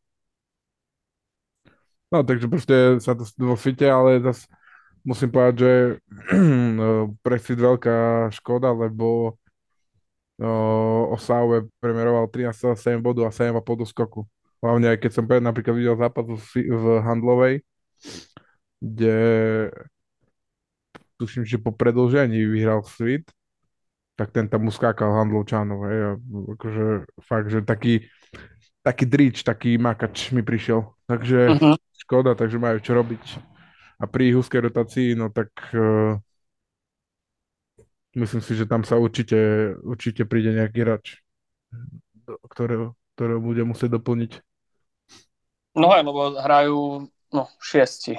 No, takže proste sa to vo fite, ale zase musím povedať, že Brexit veľká škoda, lebo Osaue premeroval 13,7 bodu a 7,5 do skoku. Hlavne aj keď som napríklad videl zápas v Handlovej, kde tuším, že po predĺžení vyhral Svit, tak ten tam uskákal Handlovčanov. Hej, a akože fakt, že taký drič, taký makač mi prišiel. Takže Mhm. škoda, takže majú čo robiť. A pri úzkej rotácii, no tak myslím si, že tam sa určite príde nejaký hráč, ktorého bude musieť doplniť. No aj, lebo hrajú no, šiesti.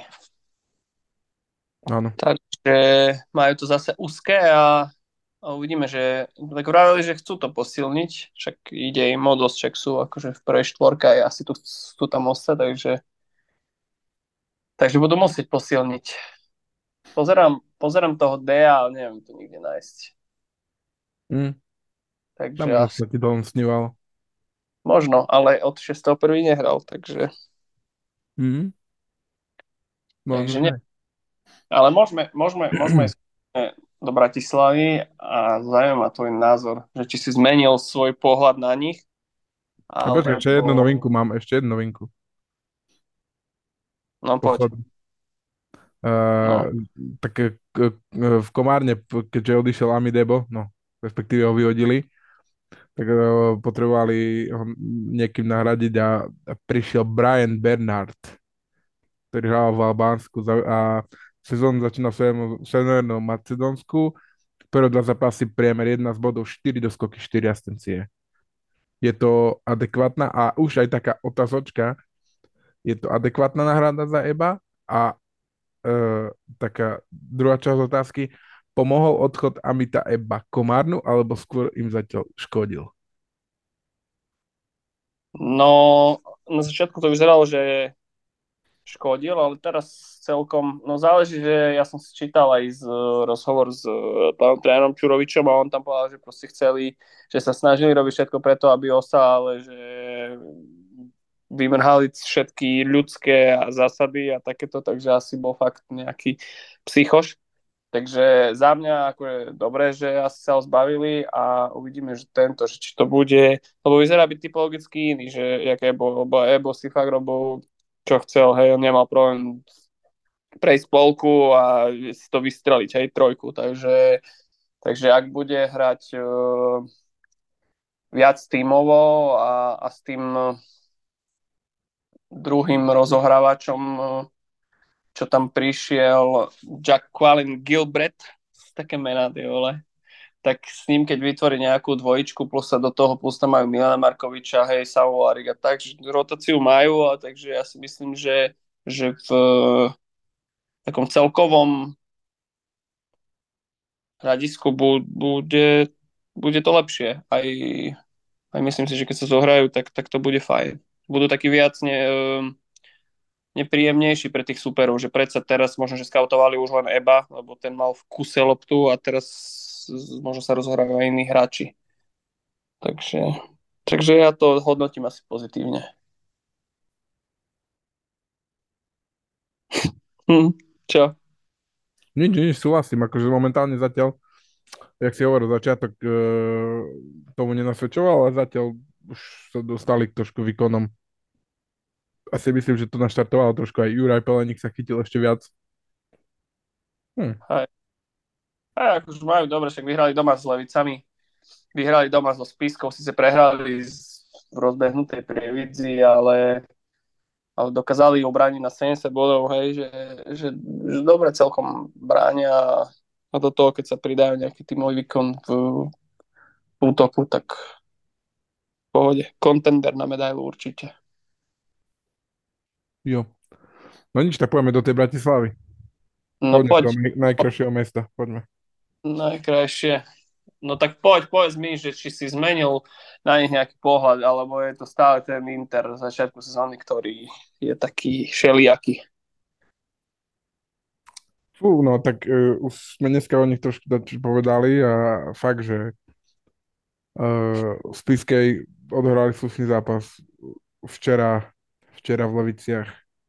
Áno. Takže majú to zase úzke a uvidíme, že tak vraveli, že chcú to posilniť, však ide im o dosť, však sú akože v prvej štvorke aj asi tu tam ostať, takže budú musieť posilniť. Pozerám toho D, ale neviem to nikde nájsť. Mm, Takže tam možno asi sa ti to len sníval. možno, ale od 6.1. nehral, Mm, možno, takže že nie. aj. Ale môžeme ísť do Bratislavy a zaujíma tvoj názor, že či si zmenil svoj pohľad na nich, A počkaj, ešte jednu alebo... novinku mám, ešte jednu novinku. No poď. Poslednú. No. Uh, tak v Komárne, keďže odišiel Amidebo, no, respektíve ho vyhodili, tak potrebovali ho niekým nahradiť a prišiel Brian Bernard, ktorý hral v Albánsku a sezónu začína v Severnom Macedónsku. Prvé dva zápasy priemer 11 bodov, 4 doskoky, 4 asistencie. Je to adekvátna a už aj taká otázočka, je to adekvátna náhrada za EBA a taká druhá časť otázky, pomohol odchod Amita Eba Komárnu alebo skôr im zatiaľ škodil? No, na začiatku to vyzeralo, že škodil, ale teraz celkom, no záleží, že ja som si čítal aj rozhovor s pánom trénerom Čurovičom a on tam povedal, že proste chceli, že sa snažili robiť všetko preto, aby ostal, ale že vymrhali všetky ľudské zásady a takéto, takže asi bol fakt nejaký psychoš. Takže za mňa ako je dobré, že asi sa ho zbavili a uvidíme, že tento, že či to bude, lebo vyzerá byť typologicky iný, že jaké bol, lebo Ebo si fakt robil, čo chcel, hej, on nemal problém prejsť polku a si to vystreliť, hej, trojku, takže ak bude hrať viac tímovo a s tým druhým rozohrávačom, čo tam prišiel, Jack Qualin Gilbreth, také mená, tie vole, tak s ním, keď vytvorí nejakú dvojičku, plus sa do toho, plus tam majú Milana Markoviča, hej, Savolarik a tak, že rotáciu majú, a takže ja si myslím, že v takom celkovom hľadisku bude to lepšie. Aj myslím si, že keď sa zohrajú, tak to bude fajn. Budú takí viac nepríjemnejší pre tých superov, že predsa teraz možno, že skautovali už len Eba, lebo ten mal v kuse loptu a teraz možno sa rozhrávajú aj iní hráči. Takže, takže ja to hodnotím asi pozitívne. Čo? Nič, súhlasím, akože momentálne zatiaľ Jak si hovoril, začiatok tomu nenasvedčoval, ale zatiaľ už sa dostali k trošku výkonom. Asi myslím, že to naštartovalo trošku aj Juraj Peleník sa chytil ešte viac. Hm. Aj, aj akože majú dobre, však vyhrali doma s Levicami, vyhrali doma so Spiskou, síce prehrali v rozbehnutej Prievidzi, ale dokázali ju brániť na 70 bodov, hej, že dobre celkom bránia a do toho, keď sa pridajú nejaký tímový výkon v útoku, tak v pohode. Contender na medailu určite. Jo. No nič, tak poďme do tej Bratislavy. No Poďme do poď, najkrajšieho mesta. Poďme. najkrajšie. No tak poď, povedz mi, že či si zmenil na nich nejaký pohľad, alebo je to stále ten Inter z začiatku sezóny, ktorý je taký šeliaký. Fú, no tak už sme dneska o nich trošku povedali a fakt, že v Spiskej odohrali slušný zápas včera, včera v Leviciach.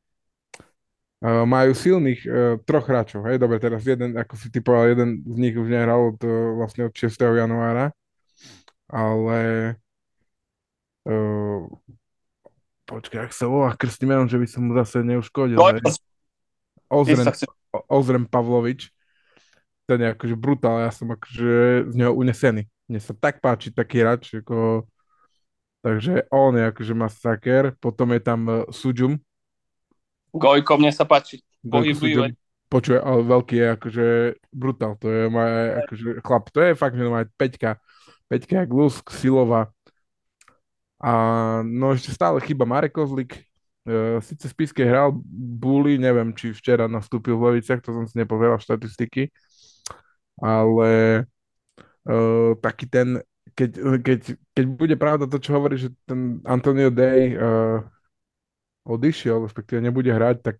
Majú silných troch hráčov, hej, dobre, teraz jeden, ako si ty povedal, jeden z nich už nehral vlastne od 6. januára, ale uh, počkaj, ak sa volá krstným menom, že by som mu zase neuškodil, hej. Gojko, ty Ozren, sa chceš... Ozren Pavlovič, ten je akože brutál, ja som akože z neho unesený. Mne sa tak páči taký hráč, ako, takže on je akože masaker, potom je tam Sudžum, Gojko, mne sa páči. Gojko Pohybuje. Sudžum, počuje, ale veľký je akože brutál, to je akože chlap, to je fakt, že má peťka, peťka jak lusk, silová. A no ešte stále chýba Marek Kozlik, síce v Spiske hral Bully, neviem, či včera nastúpil v Leviciach, to som si nepozeral štatistiky, ale taký ten, keď, keď, keď bude pravda to, čo hovorí, že ten Antonio Day odišiel, respektíve nebude hrať, tak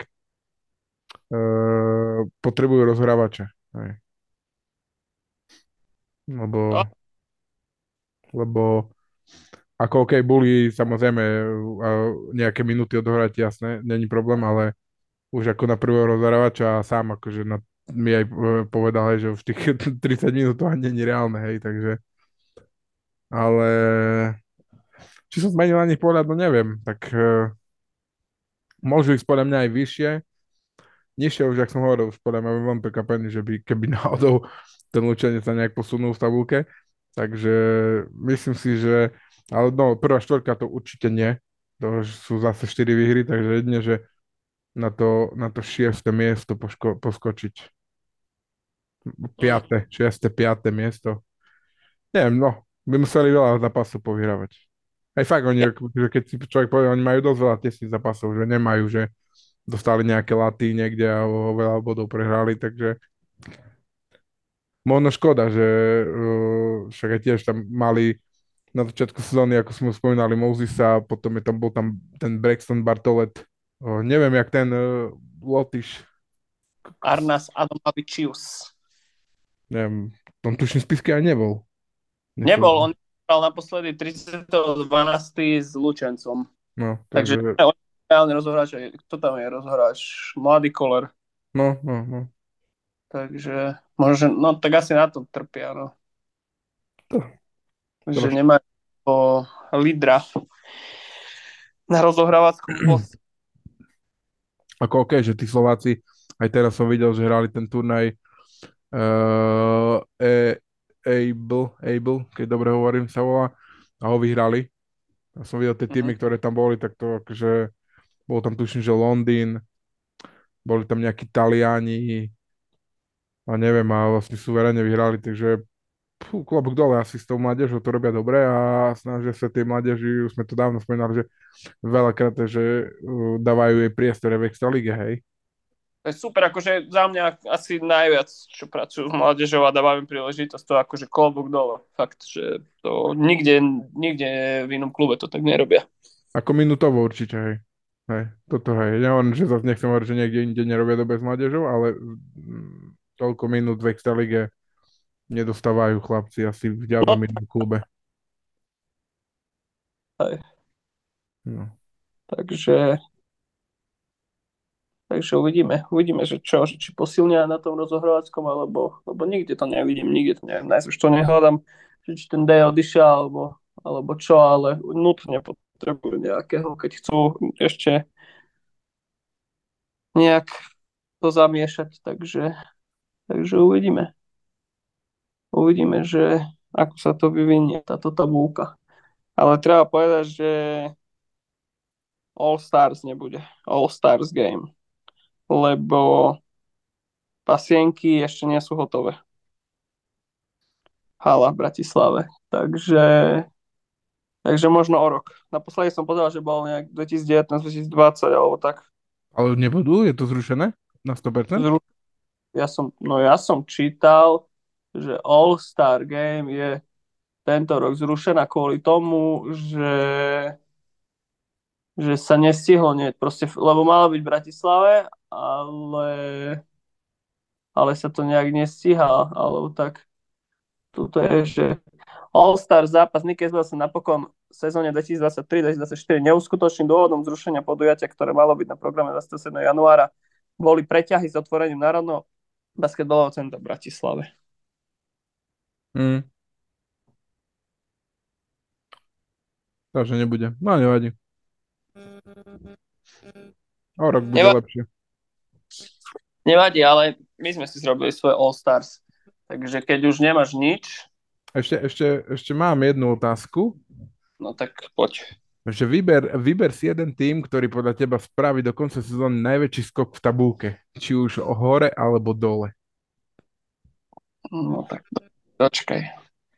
potrebujú rozhrávača. Hej. No, Lebo ako OK, boli samozrejme nejaké minúty odohrať, jasné, není problém, ale už ako na prvého rozhrávača sám akože mi aj povedal, hej, že už tých 30 minút to ani nie je reálne, hej, takže ale či som zmenil na nich pohľad, no neviem, tak môžu ísť podľa mňa aj vyššie. Nižšie už, ak som hovoril, už podľa mňa bym veľmi prekvapený, že by, keby náhodou ten Lučenec sa nejak posunul v tabulke. Takže myslím si, že ale no, prvá štvorka to určite nie. To sú zase 4 výhry, takže jedine, že na to 6. miesto poskočiť. mm, 5., 6., 5. miesto. Neviem, no, by museli veľa zápasov povyhrávať. Aj fakt, oni, že keď si človek povie, oni majú dosť veľa tesných zápasov, že nemajú, že dostali nejaké laty niekde a o veľa bodov prehrali, takže možno škoda, že však aj tiež tam mali na začiatku sezóny, ako sme už spomínali, Mosesa, potom bol tam ten Braxton Bartolet, neviem, jak ten Lotyš, Arnas Adomavičius. neviem, on tuším spisky aj nebol. Nebol, on hral naposledy 30.12. s Lučencom. No, Takže takže, on je reálne rozohráč. Kto tam je rozohráč? Mladý Koller. no. Takže možno, no tak asi na to trpia, no. To, Že trošku. nemajú lídra na rozohrávackom poste. Ako OK, že tí Slováci, aj teraz som videl, že hrali ten turnaj uh, e, Able, keď dobre hovorím, sa volá, a ho vyhrali. Ja som videl tie Mhm. týmy, ktoré tam boli, tak to akože, bol tam tuším, že Londýn, boli tam nejakí Taliani a neviem, a vlastne suverene vyhrali, takže klobúk dole, asi s tou mládežou to robia dobre a snažia sa tej mládeži, už sme to dávno spomínali, že veľakrát, že dávajú jej priestore v extralíge, hej. To je super, akože za mňa asi najviac, čo pracujú s mládežou a dávajú im príležitosť, to akože klobúk dole. Fakt, že to nikde v inom klube to tak nerobia. Ako minútovo určite, hej. Hej, toto hej. Nehovorím, že zase nechcem hovoriť, že niekde inde nerobia dobre s mládežou, ale toľko minút v extralíge nedostávajú chlapci asi v No, žiadnom inom klube. aj, No. takže, Takže uvidíme, že čo, že či posilnia na tom rozohrávackom, lebo nikde to nevidím, nikde to neviem, nájsť už to nehľadám, že či ten D odišiel, alebo čo, ale nutne potrebujú nejakého, keď chcú ešte nejak to zamiešať, takže uvidíme. Uvidíme, že ako sa to vyvinie, táto tabulka. Ale treba povedať, že All Stars nebude. All Stars game. Lebo pasienky ešte nie sú hotové. Hala v Bratislave. Takže možno o rok. Naposledy som povedal, že bol nejak 2019-2020 alebo tak. Ale nebudú? Je to zrušené? Na 100%? Zru- ja som čítal, že All Star Game je tento rok zrušená kvôli tomu, že sa nestihlo, nie, proste, lebo malo byť v Bratislave, ale sa to nejak nestíha, alebo tak. Tuto je, že All-Star zápas Nikkei sa napokon v sezóne 2023-2024 neuskutočným dôvodom zrušenia podujatia, ktoré malo byť na programe 27. januára, boli preťahy s otvorením Národného basketbalového centra v Bratislave. Mm, takže nebude. No nevadí. O rok bude Nevadí, lepšie. nevadí, ale my sme si zrobili svoje All-Stars. Takže keď už nemáš nič, Ešte mám jednu otázku. no tak poď. Že vyber si jeden tým, ktorý podľa teba spraví do konca sezóny najväčší skok v tabulke. Či už hore alebo dole. No tak počkaj.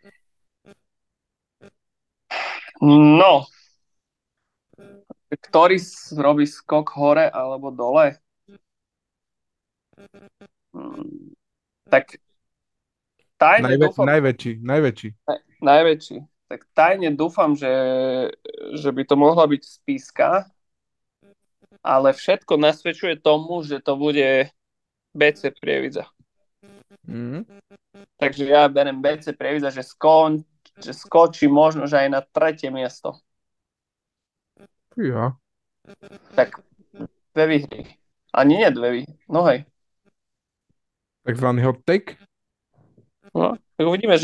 No, ktorý robí skok hore alebo dole? Mm, Tak tajne dúfam, Najväčší. najväčší. Tak tajne dúfam, že by to mohla byť Spiska, ale všetko nasvedčuje tomu, že to bude BC Prievidza. Mm. Takže ja berem BC Prievidza, že skočí možno, že aj na tretie miesto. Ja. Tak dve výhry. Ani nie dve výhry. No hej. Takzvaný hot take. No, tak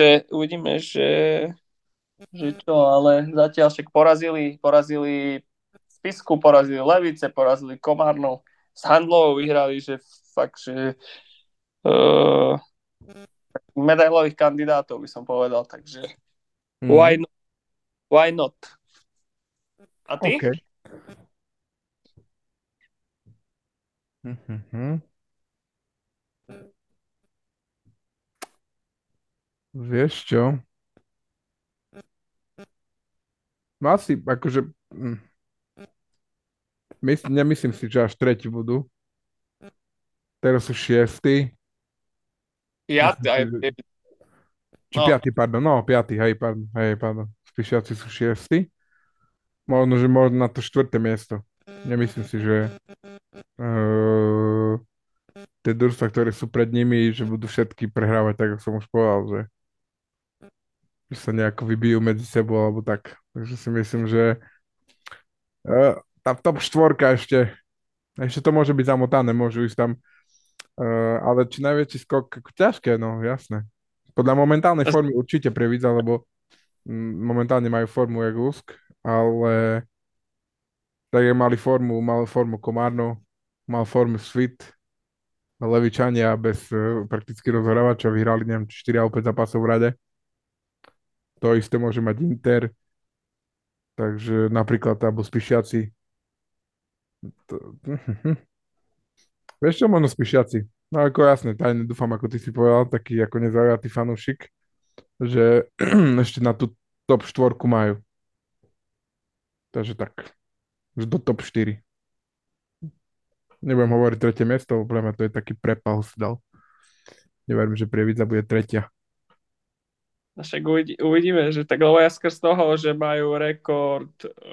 uvidíme, že čo, ale zatiaľ však porazili Spisku, porazili Levice, porazili Komárno, s Handlovou vyhrali, že fakt, že uh, medailových kandidátov by som povedal, takže Mm. why not? A ty? OK. Mhm. Vieš čo? No asi, akože, nemyslím si, že až tretí budú. Teraz sú šiestí. Ja, Myslím si, že... Či no, piatý, pardon. No, piatý, pardon. Spíšiaci sú šiestí. Možno, že možno na to štvrté miesto. Nemyslím si, že uh, tie družstva, ktoré sú pred nimi, že budú všetky prehrávať, tak ako som už povedal, že sa nejako vybijú medzi sebou alebo tak. Takže si myslím, že tá top štvorka ešte to môže byť zamotané, môžu ísť tam, ale či najväčší skok, ako ťažké, no jasné. Podľa momentálnej formy určite Prievidza, lebo momentálne majú formu jak Lusk, ale tak je mal formu Komárno, mal formu Svit, Levičania bez prakticky rozhrávača vyhrali, neviem, 4 alebo 5 zápasov v rade. To isté môže mať Inter, takže napríklad alebo Spišiaci. To, vieš čo, možno Spišiaci. No ako jasné, tajne dúfam, ako ty si povedal, taký ako nezaujatý fanúšik, že ešte na tú top štvorku majú. Takže tak, že do top 4. Nebudem hovoriť tretie miesto, lebo pre mňa to je taký prepal si dal. Neverím, že Prievidza bude tretia. však uvidíme, že tak, lebo ja skrz toho, že majú rekord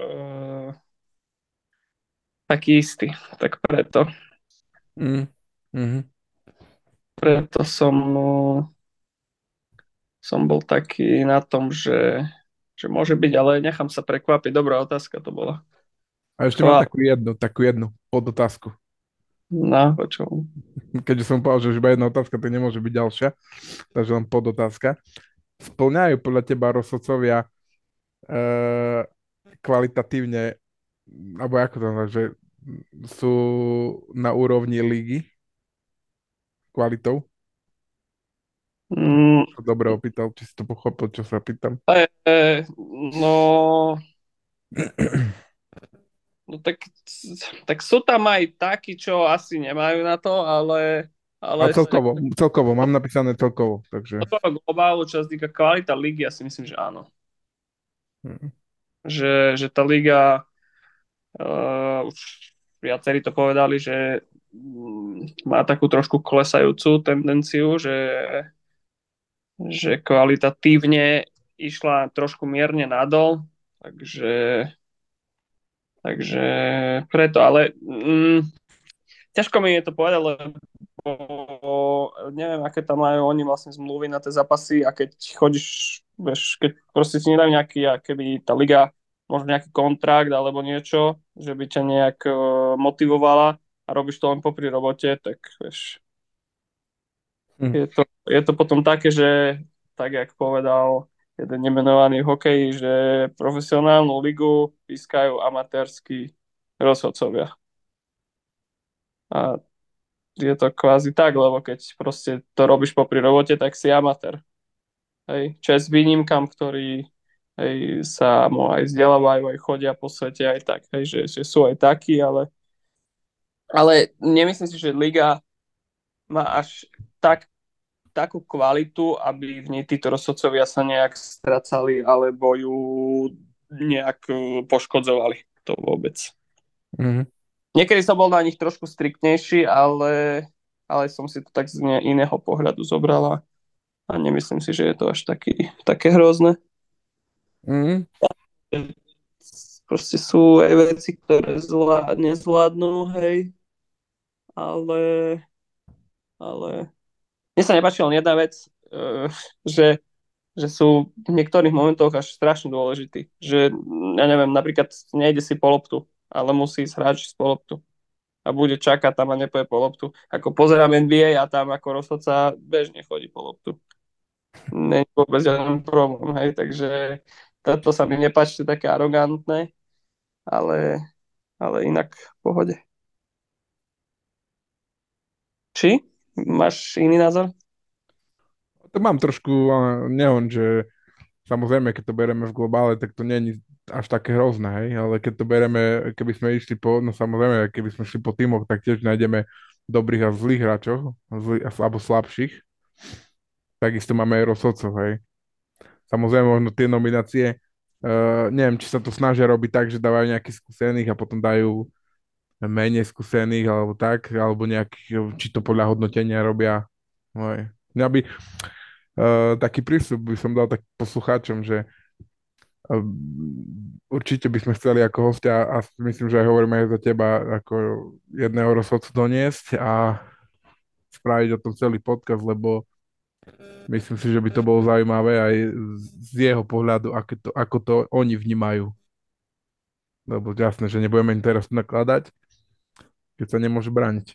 taký istý, tak Mm. Mhm. preto som bol taký na tom, že môže byť, ale nechám sa prekvapiť. Dobrá otázka to bola. A ešte mám Chvál. takú jednu podotázku. No, počul. Keďže som povedal, že už iba jedna otázka, to nemôže byť ďalšia, takže len podotázka. Splňajú podľa teba rozhodcovia eh, kvalitatívne, alebo ako to nazvať, že sú na úrovni ligy kvalitou? Mm, Som dobre opýtal, či si to pochopil, čo sa pýtam. no, no tak sú tam aj takí, čo asi nemajú na to, A ale celkovo, mám napísané celkovo, takže... z toho globálu, čo sa týka kvalita ligy, ja si myslím, že áno. mm, Že tá liga, už viacerí to povedali, že má takú trošku klesajúcu tendenciu, že kvalitatívne išla trošku mierne nadol, takže, takže preto, ale ťažko mi je to povedať, lebo neviem, aké tam majú oni vlastne zmluvy na tie zápasy a keď chodíš, vieš, keď proste si nedajú nejaký, keby tá liga možno nejaký kontrakt alebo niečo, že by ťa nejak motivovala a robíš to len popri robote, tak vieš, hm, je to potom také, že tak, jak povedal jeden nemenovaný v hokeji, že profesionálnu ligu pískajú amatérsky rozhodcovia. A je to kvázi tak, lebo keď proste to robíš popri robote, tak si amatér. Hej. Čes výnimkám, ktorí sa mu aj vzdelávajú, aj chodia po svete, aj tak, hej, že sú aj takí, ale nemyslím si, že liga má až takú kvalitu, aby v nej títo rozhodcovia sa nejak stracali alebo ju nejak poškodzovali. To vôbec. mhm. Niekedy som bol na nich trošku striktnejší, ale som si to tak z iného pohľadu zobrala a nemyslím si, že je to až také hrozné. Mhm. Proste sú aj veci, ktoré nezvládnu, hej, ale, ale mne sa nepáčila len jedna vec, že, že sú v niektorých momentoch až strašne dôležití. Že, ja neviem, napríklad nejde si po loptu, ale musí ísť hráč z po loptu a bude čakať tam a nepoje po loptu. Ako pozerám NBA a tam ako rozhodca bežne chodí po loptu. Nie je vôbec žiaden problém, hej, takže toto sa mi nepáči, také arogantné, ale, ale inak v pohode. Či? Máš iný názor? To mám trošku, neviem, že samozrejme, keď to bereme v globále, tak to nie je až také hrozné, hej, ale keď to bereme, keby sme išli po, no samozrejme, keby sme šli po tímoch, tak tiež nájdeme dobrých a zlých hráčov, alebo slabších. Takisto máme aj rozhodcov, hej. Samozrejme, možno tie nominácie, neviem, či sa to snažia robiť tak, že dávajú nejakých skúsených a potom dajú menej skúsených, alebo tak, alebo nejakých, či to podľa hodnotenia robia. Hej. Mňa by, taký prístup by som dal tak poslucháčom, že určite by sme chceli ako hostia, a myslím, že aj hovoríme aj za teba, ako jedného rozhodcu doniesť a spraviť o tom celý podcast, lebo myslím si, že by to bolo zaujímavé aj z jeho pohľadu, ako to oni vnímajú. Lebo jasné, že nebudeme im teraz nakladať, keď sa nemôže brániť.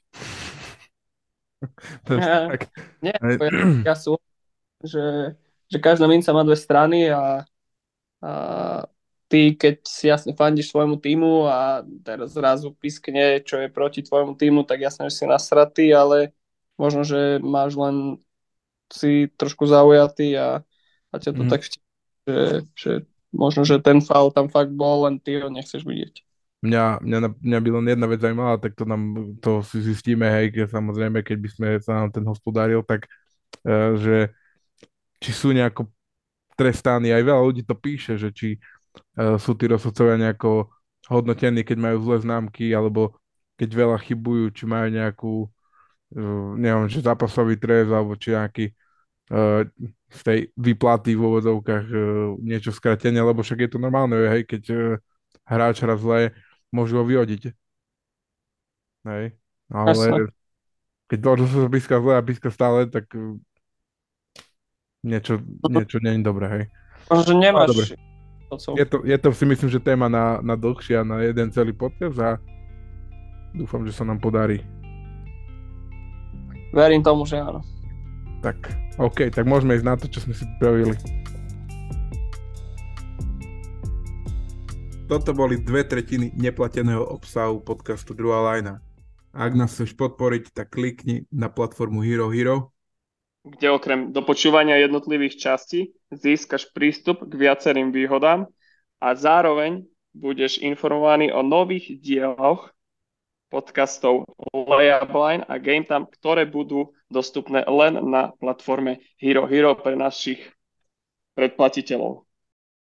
Takže tak. Nie, ja sú, že každá minca má dve strany a ty, keď si jasne fandíš svojmu týmu a teraz zrazu pískne, čo je proti tvojmu týmu, tak jasne, že si nasratý, ale možno, že máš len si trošku zaujatý a ťa to Mhm. tak vtipne, že možno, že ten faul tam fakt bol, len ty ho nechceš vidieť. Mňa by len jedna vec zaujímala, tak to si zistíme, hej, keď samozrejme, keď by sme sa nám ten hospodáril, tak že či sú nejako trestaní, aj veľa ľudí to píše, že či sú tí rozhodcovia nejako hodnotení, keď majú zlé známky, alebo keď veľa chybujú, či majú nejakú, neviem, že zápasový trest, alebo či nejaký z tej výplaty v úvodzovkách niečo skratenie, lebo však je to normálne, hej, keď hráč hrá zle, môžu ho vyhodiť, hej, Jasné. ale keď sa píska zle a píska stále, tak niečo nie je dobré, hej. Možno, že Ale nemáš dobre, otcov. je to si myslím, že téma na dlhšie a na jeden celý podcast a dúfam, že sa nám podarí. Verím tomu, že áno. Tak, OK, tak môžeme ísť na to, čo sme si pripravili. Toto boli 2/3 neplateného obsahu podcastu Druhá lajna. Ak nás chceš podporiť, tak klikni na platformu Hero Hero, kde okrem dopočúvania jednotlivých častí získaš prístup k viacerým výhodám a zároveň budeš informovaný o nových dieloch podcastov Layup Line a Game Time, ktoré budú dostupné len na platforme Hero Hero pre našich predplatiteľov.